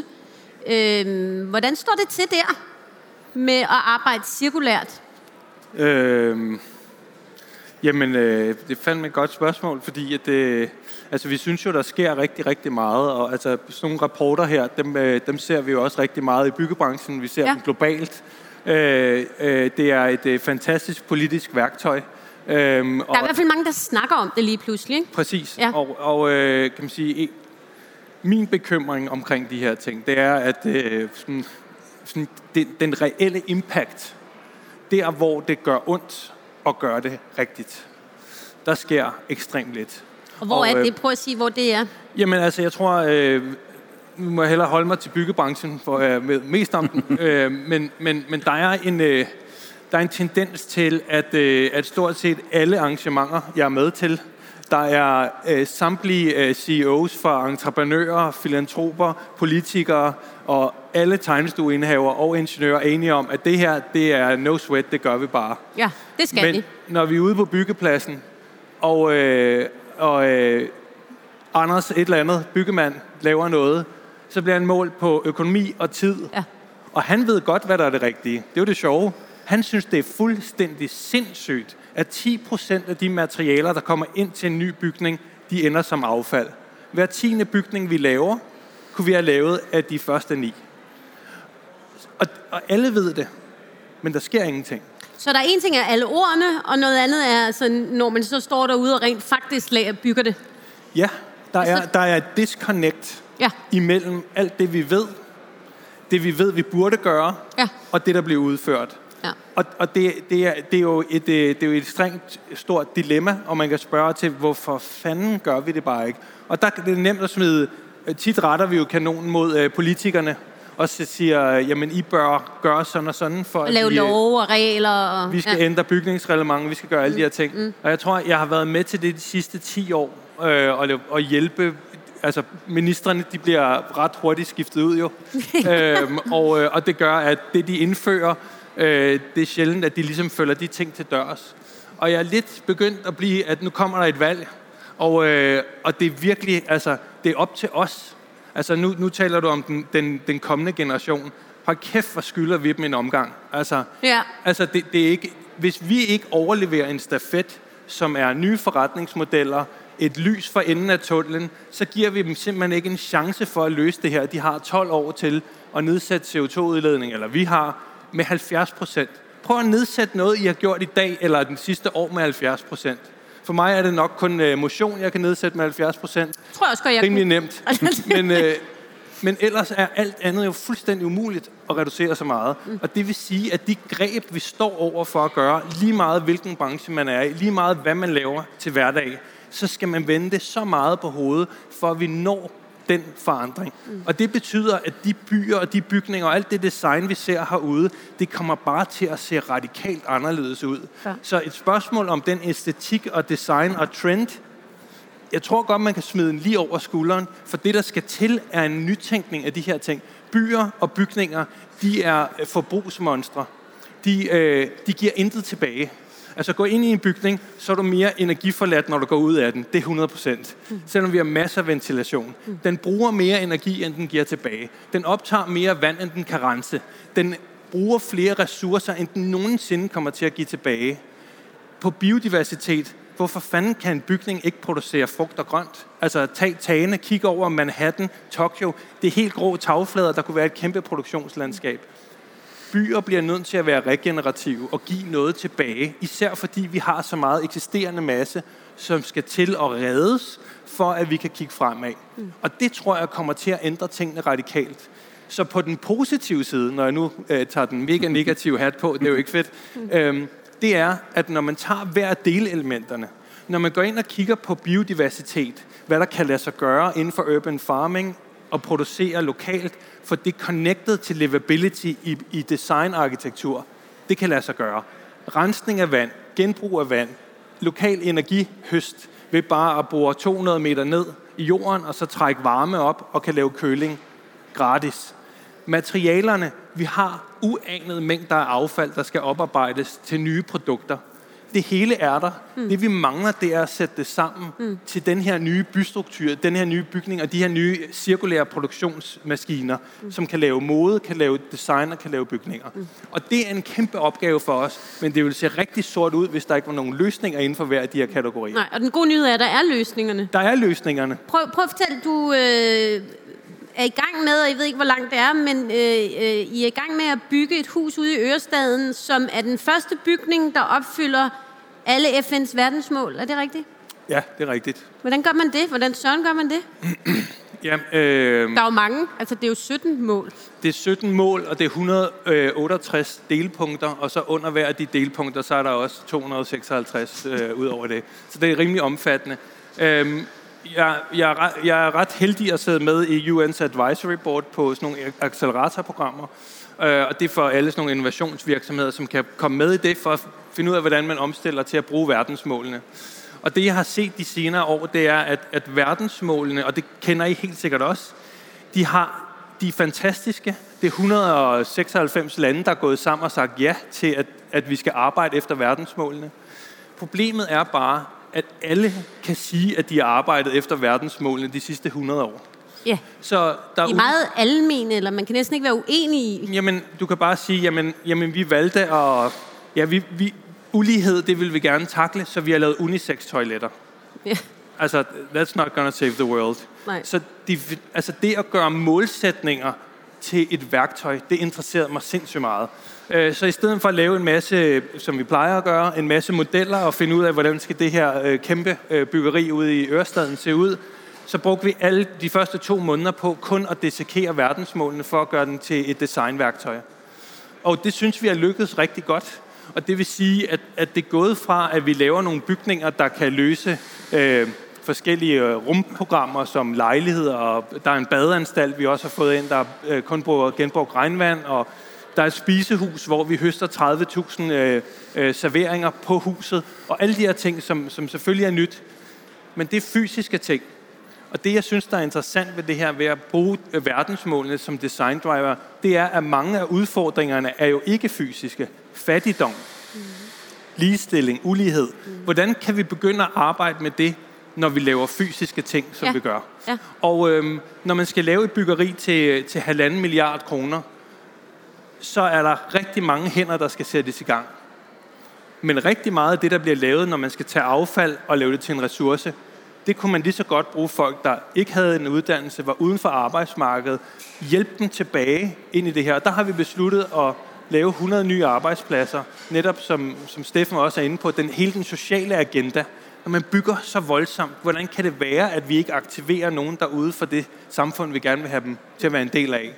øh, hvordan står det til der med at arbejde cirkulært? Øh... Jamen, øh, det fandt mig et godt spørgsmål, fordi at, øh, altså, vi synes jo, der sker rigtig, rigtig meget, og altså, sådan nogle rapporter her, dem, øh, dem ser vi jo også rigtig meget i byggebranchen, vi ser ja. dem globalt. Øh, øh, det er et øh, fantastisk politisk værktøj. Øh, der er og, i hvert fald mange, der snakker om det lige pludselig, ikke? Præcis, ja. og, og øh, kan man sige, min bekymring omkring de her ting, det er, at øh, sådan, sådan, den, den reelle impact, der hvor det gør ondt, og gøre det rigtigt. Der sker ekstremt lidt. Og hvor og, er det? Prøv at sige, hvor det er. Jamen altså, jeg tror, øh, nu må jeg hellere holde mig til byggebranchen, for jeg øh, ved mest om den. øh, men, men, men der er en, øh, der er en tendens til, at, øh, at stort set alle arrangementer, jeg er med til, der er øh, samtlige øh, C E O's fra entreprenører, filantroper, politikere og alle tegnestueindehavere og ingeniører er enige om, at det her, det er no sweat, det gør vi bare. Ja, det skal Men vi. når vi er ude på byggepladsen, og, øh, og øh, Anders, et eller andet byggemand, laver noget, så bliver han målt på økonomi og tid. Ja. Og han ved godt, hvad der er det rigtige. Det er jo det sjove. Han synes, det er fuldstændig sindssygt, at ti procent af de materialer, der kommer ind til en ny bygning, de ender som affald. Hver tiende bygning, vi laver, kunne vi have lavet af de første ni. Og, og alle ved det, men der sker ingenting. Så der er en ting er alle ordene, og noget andet er, altså, når man så står derude og rent faktisk lager, bygger det. Ja, der er, altså, der er et disconnect ja. imellem alt det, vi ved, det vi ved, vi burde gøre, ja. og det, der bliver udført. Ja. Og, og det, det, er, det, er jo et, det er jo et ekstremt stort dilemma, og man kan spørge til, hvorfor fanden gør vi det bare ikke? Og der er det nemt at smide, tit retter vi jo kanonen mod øh, politikerne, og så siger, jamen I bør gøre sådan og sådan. For at lave vi, love og regler. Og, vi skal ja. ændre bygningsreglement, vi skal gøre alle mm. de her ting. Mm. Og jeg tror, jeg har været med til det de sidste ti år, øh, og, og hjælpe. Altså, ministrene, de bliver ret hurtigt skiftet ud jo. øhm, og, og det gør, at det, de indfører, øh, det er sjældent, at de ligesom følger de ting til dørs. Og jeg er lidt begyndt at blive, at nu kommer der et valg, og, øh, og det er virkelig, altså, det er op til os. Altså, nu, nu taler du om den, den, den kommende generation. Hold kæft, hvor skylder vi dem en omgang. Altså, ja. altså det, det er ikke, hvis vi ikke overleverer en stafet, som er nye forretningsmodeller, et lys for enden af tunnelen, så giver vi dem simpelthen ikke en chance for at løse det her. De har tolv år til at nedsætte C O to udledning, eller vi har, med halvfjerds procent. Prøv at nedsætte noget, I har gjort i dag, eller den sidste år med halvfjerds procent. For mig er det nok kun uh, motion, jeg kan nedsætte med halvfjerds procent. Tror jeg også godt, jeg Rimelig nemt. men, uh, men ellers er alt andet jo fuldstændig umuligt at reducere så meget. Mm. Og det vil sige, at de greb, vi står over for at gøre, lige meget hvilken branche man er i, lige meget hvad man laver til hverdag, så skal man vende det så meget på hovedet, for at vi når den forandring. Mm. Og det betyder, at de byer og de bygninger og alt det design, vi ser herude, det kommer bare til at se radikalt anderledes ud. Ja. Så et spørgsmål om den æstetik og design og trend, jeg tror godt, man kan smide den lige over skulderen, for det, der skal til, er en nytænkning af de her ting. Byer og bygninger, de er forbrugsmonstre. De, øh, de giver intet tilbage. Altså gå ind i en bygning, så er du mere energiforladt, når du går ud af den. Det er hundrede procent. Mm. Selvom vi har masser af ventilation. Mm. Den bruger mere energi, end den giver tilbage. Den optager mere vand, end den kan rense. Den bruger flere ressourcer, end den nogensinde kommer til at give tilbage. På biodiversitet, hvorfor fanden kan en bygning ikke producere frugt og grønt? Altså tag tagene, kig over Manhattan, Tokyo. Det er helt grå tagflader, der kunne være et kæmpe produktionslandskab. Byer bliver nødt til at være regenerative og give noget tilbage, især fordi vi har så meget eksisterende masse, som skal til at reddes, for at vi kan kigge fremad. Mm. Og det tror jeg kommer til at ændre tingene radikalt. Så på den positive side, når jeg nu øh, tager den mega negative hat på, det er jo ikke fedt, mm. øhm, det er, at når man tager hver af delelementerne, når man går ind og kigger på biodiversitet, hvad der kan lade sig gøre inden for urban farming, og producere lokalt, for det connected til livability i, i designarkitektur, det kan lade sig gøre. Rensning af vand, genbrug af vand, lokal energihøst ved bare at bore to hundrede meter ned i jorden, og så trække varme op og kan lave køling gratis. Materialerne, vi har uanede mængder af affald, der skal oparbejdes til nye produkter. det hele er der. Mm. Det vi mangler, det er at sætte det sammen mm. til den her nye bystruktur, den her nye bygning og de her nye cirkulære produktionsmaskiner, mm. som kan lave mode, kan lave design og kan lave bygninger. Mm. Og det er en kæmpe opgave for os, men det vil se rigtig sort ud, hvis der ikke var nogen løsninger inden for hver af de her kategorier. Nej, og den gode nyhed er, at der er løsningerne. Der er løsningerne. Prøv, prøv at fortælle, du øh, er i gang med, og jeg ved ikke, hvor langt det er, men øh, øh, I er i gang med at bygge et hus ude i Ørestaden, som er den første bygning, der opfylder alle F N's verdensmål. Er det rigtigt? Ja, det er rigtigt. Hvordan gør man det? Hvordan søren gør man det? ja, øh, der er jo mange. Altså, det er jo sytten mål. Det er sytten mål, og det er et hundrede og otteogtres delpunkter, og så under hver af de delpunkter, så er der også to hundrede og seksoghalvtreds øh, ud over det. Så det er rimelig omfattende. Øh, jeg, jeg, er, jeg er ret heldig at sidde med i U N's Advisory Board på sådan nogle acceleratorprogrammer, øh, og det er for alle sådan nogle innovationsvirksomheder, som kan komme med i det for at finde ud af, hvordan man omstiller til at bruge verdensmålene. Og det, jeg har set de senere år, det er, at, at verdensmålene, og det kender I helt sikkert også, de, har, de er fantastiske. Det er et hundrede og seksoghalvfems lande, der er gået sammen og sagt ja til, at, at vi skal arbejde efter verdensmålene. Problemet er bare, at alle kan sige, at de har arbejdet efter verdensmålene de sidste hundrede år. Ja, så der de er meget almene, eller man kan næsten ikke være uenig i. Jamen, du kan bare sige, jamen, jamen vi valgte at... Ja, vi, vi, ulighed, det vil vi gerne takle, så vi har lavet unisex-toiletter. Yeah. Altså, that's not gonna save the world. Nej. Så de, altså det at gøre målsætninger til et værktøj, det interesserede mig sindssygt meget. Så i stedet for at lave en masse, som vi plejer at gøre, en masse modeller og finde ud af, hvordan skal det her kæmpe byggeri ude i Ørestaden se ud, så brugte vi alle de første to måneder på kun at dissekere verdensmålene for at gøre den til et designværktøj. Og det synes vi er lykkedes rigtig godt. Og det vil sige, at, at det er gået fra, at vi laver nogle bygninger, der kan løse øh, forskellige rumprogrammer som lejligheder, og der er en badeanstalt, vi også har fået ind, der øh, kun bruger genbrugt regnvand, og der er et spisehus, hvor vi høster tredive tusind øh, øh, serveringer på huset, og alle de her ting, som, som selvfølgelig er nyt. Men det er fysiske ting. Og det, jeg synes, der er interessant ved det her, ved at bruge verdensmålene som design driver, det er, at mange af udfordringerne er jo ikke fysiske. Fattigdom, mm. ligestilling, ulighed. Mm. Hvordan kan vi begynde at arbejde med det, når vi laver fysiske ting, som ja. vi gør? Ja. Og øhm, når man skal lave et byggeri til, til halvanden milliard kroner, så er der rigtig mange hænder, der skal sættes i gang. Men rigtig meget af det, der bliver lavet, når man skal tage affald og lave det til en ressource, det kunne man lige så godt bruge folk, der ikke havde en uddannelse, var uden for arbejdsmarkedet, hjælpe dem tilbage ind i det her. Der har vi besluttet at lave hundrede nye arbejdspladser, netop som, som Steffen også er inde på, den, hele den sociale agenda. Når man bygger så voldsomt, hvordan kan det være, at vi ikke aktiverer nogen derude for det samfund, vi gerne vil have dem til at være en del af?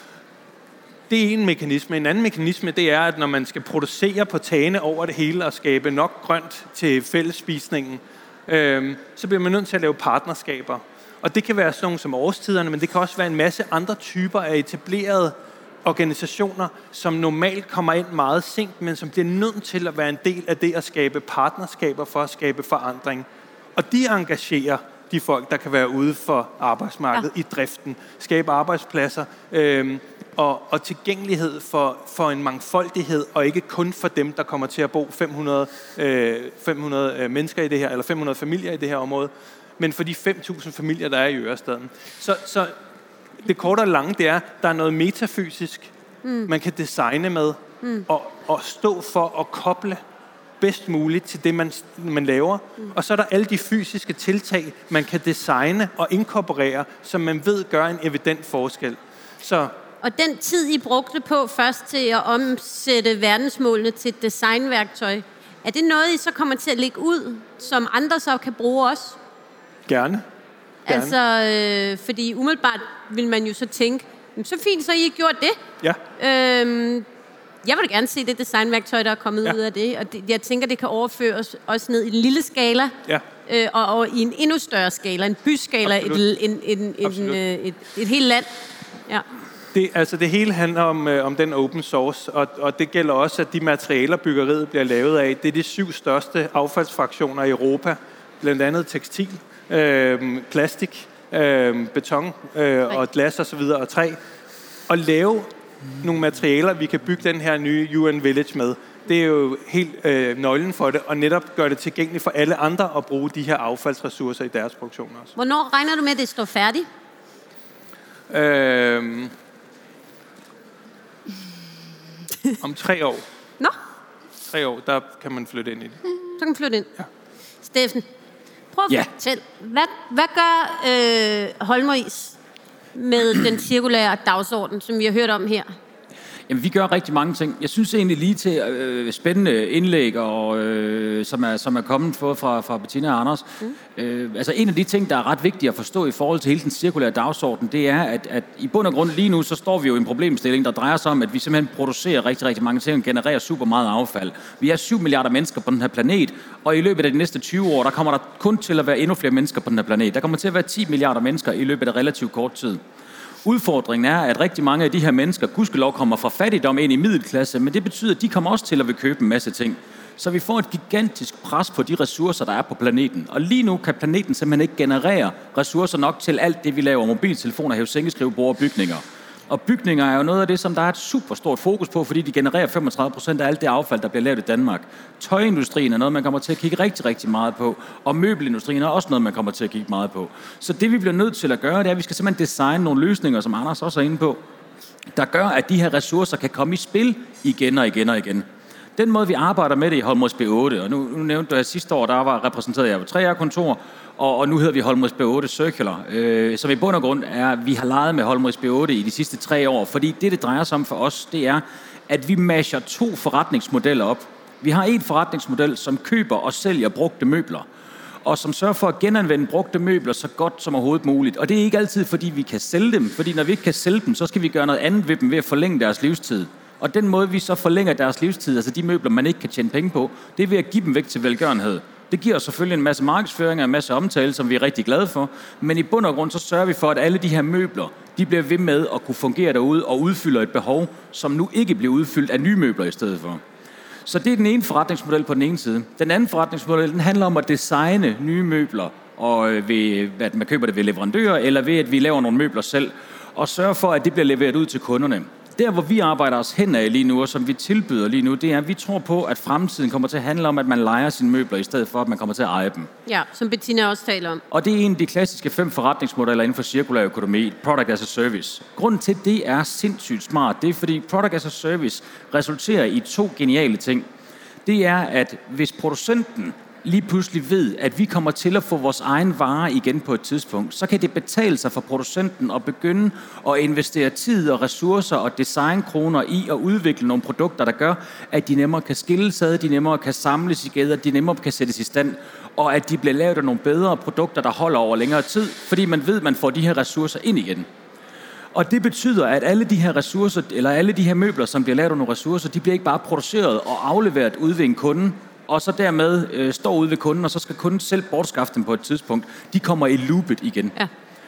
Det er en mekanisme. En anden mekanisme, det er, at når man skal producere på tagene over det hele og skabe nok grønt til fællesspisningen, øhm, så bliver man nødt til at lave partnerskaber. Og det kan være sådan nogle som Årstiderne, men det kan også være en masse andre typer af etablerede organisationer, som normalt kommer ind meget sent, men som bliver nødt til at være en del af det at skabe partnerskaber for at skabe forandring. Og de engagerer de folk, der kan være ude for arbejdsmarkedet ja. i driften, skabe arbejdspladser øhm, og, og tilgængelighed for, for en mangfoldighed, og ikke kun for dem, der kommer til at bo fem hundrede, øh, fem hundrede mennesker i det her, eller fem hundrede familier i det her område, men for de fem tusind familier, der er i Ørestaden. Så, så det korte og lange, det er, der er noget metafysisk, mm. man kan designe med, mm. og, og stå for at koble bedst muligt til det, man, man laver. Mm. Og så er der alle de fysiske tiltag, man kan designe og inkorporere, som man ved gør en evident forskel. Så og den tid, I brugte på først til at omsætte verdensmålene til et designværktøj, er det noget, I så kommer til at lægge ud, som andre så kan bruge også? Gerne. Gerne. Altså, øh, fordi umiddelbart vil man jo så tænke, så fint, så I har gjort det. Ja. Øhm, jeg vil gerne se det designværktøj, der er kommet ja. ud af det, og det, jeg tænker, det kan overføres også ned i en lille skala, ja. øh, og, og i en endnu større skala, en byskala, et, en, en, en, øh, et, et helt land. Ja. Det, altså det hele handler om, øh, om den open source, og, og det gælder også, at de materialer, byggeriet bliver lavet af, det er de syv største affaldsfraktioner i Europa, blandt andet tekstil, øh, plastik, øh, beton øh, og glas og så videre, og træ. Og lave nogle materialer, vi kan bygge den her nye U N Village med, Det er jo helt øh, nøglen for det, og netop gøre det tilgængeligt for alle andre at bruge de her affaldsressourcer i deres produktion også. Hvornår regner du med, at det står færdigt? Øhm, om tre år. Nå? Tre år, der kan man flytte ind i det. Så kan man flytte ind. Ja. Steffen, prøv at Ja. fortælle, hvad, hvad gør øh, Holmeris med den cirkulære dagsorden, som vi har hørt om her? Jamen, vi gør rigtig mange ting. Jeg synes egentlig lige til øh, spændende indlæg, og, øh, som, er, som er kommet fra, fra Bettina og Anders. Mm. Øh, altså en af de ting, der er ret vigtigt at forstå i forhold til hele den cirkulære dagsorden, det er, at, at i bund og grund lige nu, så står vi jo i en problemstilling, der drejer sig om, at vi simpelthen producerer rigtig, rigtig mange ting og genererer super meget affald. Vi er syv milliarder mennesker på den her planet, og i løbet af de næste tyve år, der kommer der kun til at være endnu flere mennesker på den her planet. Der kommer til at være ti milliarder mennesker i løbet af relativt kort tid. Udfordringen er, at rigtig mange af de her mennesker, gudskelov, kommer fra fattigdom ind i middelklasse, men det betyder, at de kommer også til at vil købe en masse ting. Så vi får et gigantisk pres på de ressourcer, der er på planeten. Og lige nu kan planeten simpelthen ikke generere ressourcer nok til alt det, vi laver: mobiltelefoner, hæve-sænke-skriveborde og bygninger. Og bygninger er jo noget af det, som der er et super stort fokus på, fordi de genererer femogtredive procent af alt det affald, der bliver lavet i Danmark. Tøjindustrien er noget, man kommer til at kigge rigtig, rigtig meget på. Og møbelindustrien er også noget, man kommer til at kigge meget på. Så det, vi bliver nødt til at gøre, det er, at vi skal simpelthen designe nogle løsninger, som Anders også er inde på, der gør, at de her ressourcer kan komme i spil igen og igen og igen. Den måde, vi arbejder med det i Holmos B otte, og nu, nu nævnte du, at sidste år, der var repræsenteret jeg på tre R-kontor, og, og nu hedder vi Holmos B otte Circular, øh, som i bund og grund er, at vi har leget med Holmos B otte i de sidste tre år, fordi det, det drejer sig om for os, det er, at vi masher to forretningsmodeller op. Vi har en forretningsmodel, som køber og sælger brugte møbler, og som sørger for at genanvende brugte møbler så godt som overhovedet muligt. Og det er ikke altid, fordi vi kan sælge dem, fordi når vi ikke kan sælge dem, så skal vi gøre noget andet ved dem ved at forlænge deres livstid. Og den måde, vi så forlænger deres livstid, altså de møbler, man ikke kan tjene penge på, det er ved at give dem væk til velgørenhed. Det giver selvfølgelig en masse markedsføring og en masse omtale, som vi er rigtig glade for. Men i bund og grund, så sørger vi for, at alle de her møbler, de bliver ved med at kunne fungere derude og udfylder et behov, som nu ikke bliver udfyldt af nye møbler i stedet for. Så det er den ene forretningsmodel på den ene side. Den anden forretningsmodel, den handler om at designe nye møbler, og ved, at man køber det ved leverandører, eller ved, at vi laver nogle møbler selv, og sørger for, at det bliver leveret ud til kunderne. Der, hvor vi arbejder os henad lige nu, og som vi tilbyder lige nu, det er, at vi tror på, at fremtiden kommer til at handle om, at man lejer sine møbler, i stedet for, at man kommer til at eje dem. Ja, som Bettina også taler om. Og det er en af de klassiske fem forretningsmodeller inden for cirkulær økonomi, Product as a Service. Grunden til, det er sindssygt smart, det er, fordi Product as a Service resulterer i to geniale ting. Det er, at hvis producenten lige pludselig ved, at vi kommer til at få vores egen varer igen på et tidspunkt, så kan det betale sig for producenten at begynde at investere tid og ressourcer og designkroner i at udvikle nogle produkter, der gør, at de nemmere kan skilles ad, de nemmere kan samles igen, at de nemmere kan sættes i stand, og at de bliver lavet af nogle bedre produkter, der holder over længere tid, fordi man ved, at man får de her ressourcer ind igen. Og det betyder, at alle de her ressourcer, eller alle de her møbler, som bliver lavet af nogle ressourcer, de bliver ikke bare produceret og afleveret ude ved en kunde, og så dermed øh, står ude ved kunden, og så skal kunden selv bortskaffe dem på et tidspunkt. De kommer i loopet igen. Ja.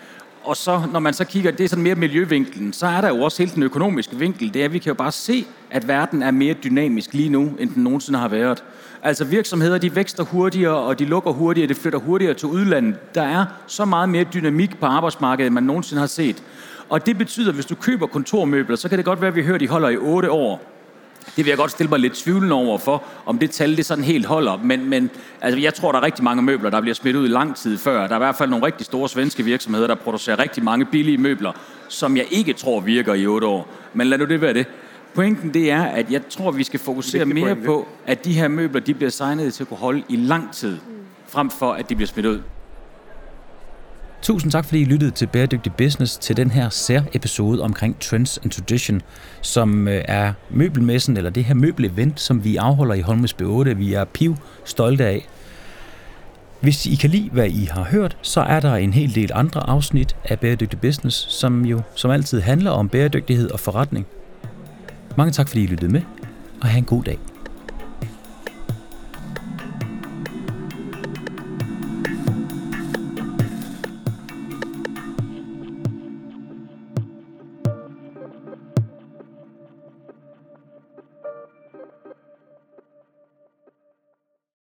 Og så, når man så kigger, det er sådan mere miljøvinklen, så er der jo også helt den økonomiske vinkel. Det er, at vi kan jo bare se, at verden er mere dynamisk lige nu, end den nogensinde har været. Altså virksomheder, de vækster hurtigere, og de lukker hurtigere, de flytter hurtigere til udlandet. Der er så meget mere dynamik på arbejdsmarkedet, end man nogensinde har set. Og det betyder, at hvis du køber kontormøbler, så kan det godt være, at vi hører, at de holder i otte år. Det vil jeg godt stille mig lidt tvivlende over for, om det tal det sådan helt holder. Men, men altså, jeg tror, der er rigtig mange møbler, der bliver smidt ud i lang tid før. Der er i hvert fald nogle rigtig store svenske virksomheder, der producerer rigtig mange billige møbler, som jeg ikke tror virker i otte år. Men lad nu det være det. Pointen det er, at jeg tror, vi skal fokusere mere på, at de her møbler de bliver designet til at kunne holde i lang tid, frem for at de bliver smidt ud. Tusind tak, fordi I lyttede til Bæredygtig Business, til den her sær-episode omkring Trends and Tradition, som er møbelmessen, eller det her møbelevent, som vi afholder i Holmos B otte, vi er piv stolte af. Hvis I kan lide, hvad I har hørt, så er der en hel del andre afsnit af Bæredygtig Business, som jo som altid handler om bæredygtighed og forretning. Mange tak, fordi I lyttede med, og have en god dag.